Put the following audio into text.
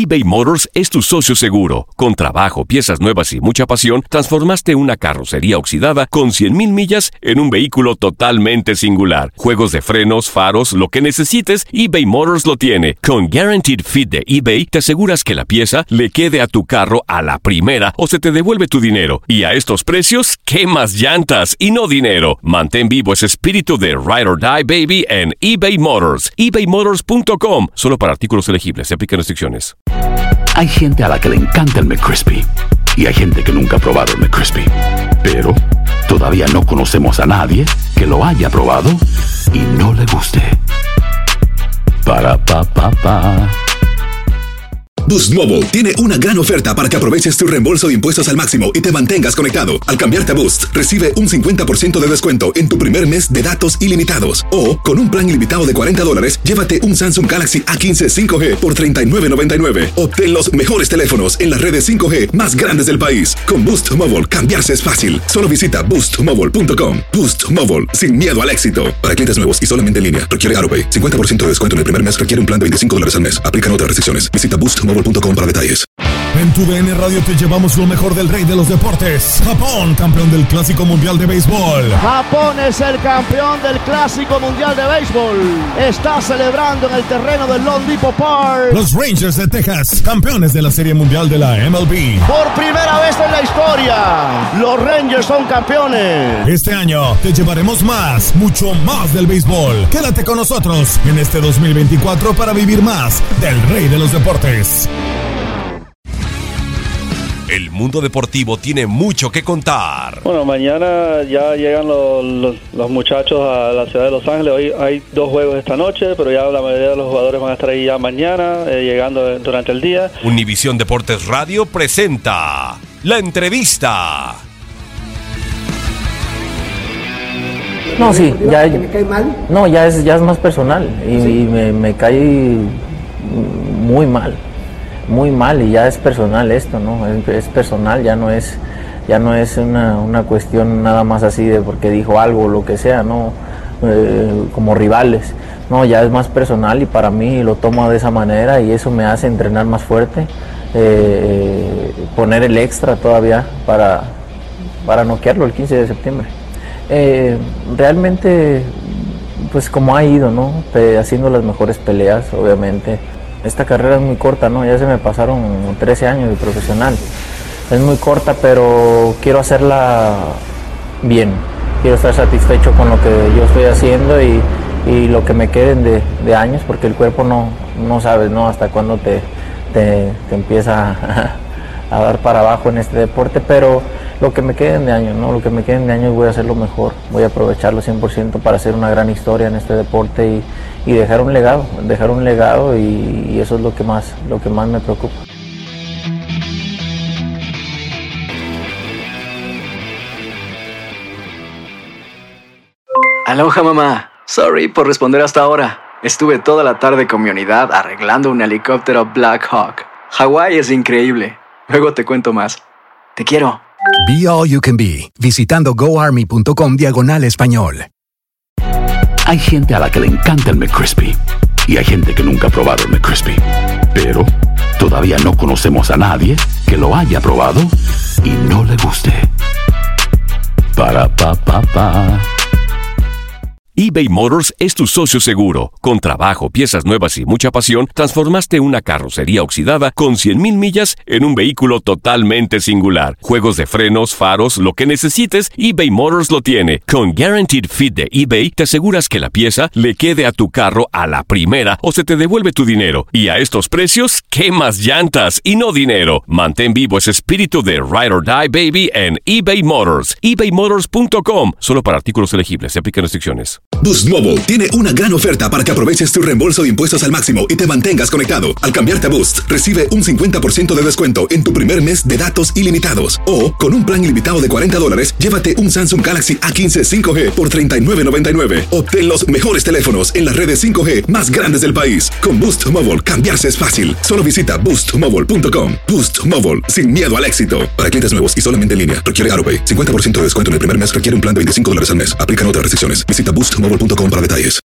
eBay Motors es tu socio seguro. Con trabajo, piezas nuevas y mucha pasión, transformaste una carrocería oxidada con 100,000 millas en un vehículo totalmente singular. Juegos de frenos, faros, lo que necesites, eBay Motors lo tiene. Con Guaranteed Fit de eBay, te aseguras que la pieza le quede a tu carro a la primera o se te devuelve tu dinero. Y a estos precios, quemas llantas y no dinero. Mantén vivo ese espíritu de Ride or Die, baby, en eBay Motors. ebaymotors.com. Solo para artículos elegibles. Se aplican restricciones. Hay gente a la que le encanta el McCrispy y hay gente que nunca ha probado el McCrispy. Pero todavía no conocemos a nadie que lo haya probado y no le guste. Para pa pa pa. Boost Mobile tiene una gran oferta para que aproveches tu reembolso de impuestos al máximo y te mantengas conectado. Al cambiarte a Boost, recibe un 50% de descuento en tu primer mes de datos ilimitados. O, con un plan ilimitado de $40, llévate un Samsung Galaxy A15 5G por $39.99. Obtén los mejores teléfonos en las redes 5G más grandes del país. Con Boost Mobile, cambiarse es fácil. Solo visita boostmobile.com. Boost Mobile, sin miedo al éxito. Para clientes nuevos y solamente en línea, requiere AutoPay. 50% de descuento en el primer mes, requiere un plan de $25 al mes. Aplican otras restricciones. Visita boostmobile.com para detalles. En tu DN Radio te llevamos lo mejor del rey de los deportes. Japón, campeón del Clásico Mundial de Béisbol. Japón es el campeón del Clásico Mundial de Béisbol. Está celebrando en el terreno del Lone Depot Park. Los Rangers de Texas, campeones de la Serie Mundial de la MLB. Por primera vez en la historia, los Rangers son campeones. Este año te llevaremos más, mucho más del béisbol. Quédate con nosotros en este 2024 para vivir más del rey de los deportes. El mundo deportivo tiene mucho que contar. Bueno, mañana ya llegan los muchachos a la ciudad de Los Ángeles. Hoy hay 2 juegos esta noche, pero ya la mayoría de los jugadores van a estar ahí ya mañana, llegando durante el día. Univisión Deportes Radio presenta La Entrevista. No, sí, ya me cae mal. No, ya es más personal y me cae muy mal. Muy mal, y ya es personal esto, ¿no? Es personal, ya no es una cuestión nada más así de porque dijo algo o lo que sea, ¿no? Como rivales, no, ya es más personal y para mí lo tomo de esa manera y eso me hace entrenar más fuerte, poner el extra todavía para noquearlo el 15 de septiembre. Realmente, pues como ha ido, ¿no? Haciendo las mejores peleas, obviamente. Esta carrera es muy corta, ¿no? Ya se me pasaron 13 años de profesional. Es muy corta, pero quiero hacerla bien. Quiero estar satisfecho con lo que yo estoy haciendo y lo que me queden de años, porque el cuerpo no sabes, ¿no? Hasta cuándo te empieza a dar para abajo en este deporte, pero lo que me queden de años, ¿no? Lo que me queden de años voy a hacerlo mejor. Voy a aprovecharlo 100% para hacer una gran historia en este deporte y dejar un legado y eso es lo que más me preocupa. Aloha, mamá. Sorry por responder hasta ahora. Estuve toda la tarde con mi unidad arreglando un helicóptero Black Hawk. Hawái es increíble. Luego te cuento más. Te quiero. Be All You Can Be, visitando goarmy.com/español. Hay gente a la que le encanta el McCrispy y hay gente que nunca ha probado el McCrispy. Pero todavía no conocemos a nadie que lo haya probado y no le guste. Para pa pa pa. eBay Motors es tu socio seguro. Con trabajo, piezas nuevas y mucha pasión, transformaste una carrocería oxidada con 100,000 millas en un vehículo totalmente singular. Juegos de frenos, faros, lo que necesites, eBay Motors lo tiene. Con Guaranteed Fit de eBay, te aseguras que la pieza le quede a tu carro a la primera o se te devuelve tu dinero. Y a estos precios, quemas llantas y no dinero. Mantén vivo ese espíritu de Ride or Die, baby, en eBay Motors. ebaymotors.com. Solo para artículos elegibles. Se aplican restricciones. Boost Mobile tiene una gran oferta para que aproveches tu reembolso de impuestos al máximo y te mantengas conectado. Al cambiarte a Boost, recibe un 50% de descuento en tu primer mes de datos ilimitados. O, con un plan ilimitado de $40, llévate un Samsung Galaxy A15 5G por $39.99. Obtén los mejores teléfonos en las redes 5G más grandes del país. Con Boost Mobile, cambiarse es fácil. Solo visita boostmobile.com. Boost Mobile, sin miedo al éxito. Para clientes nuevos y solamente en línea, requiere AutoPay. 50% de descuento en el primer mes, requiere un plan de $25 al mes. Aplican otras restricciones. Visita boostmobile.com para detalles.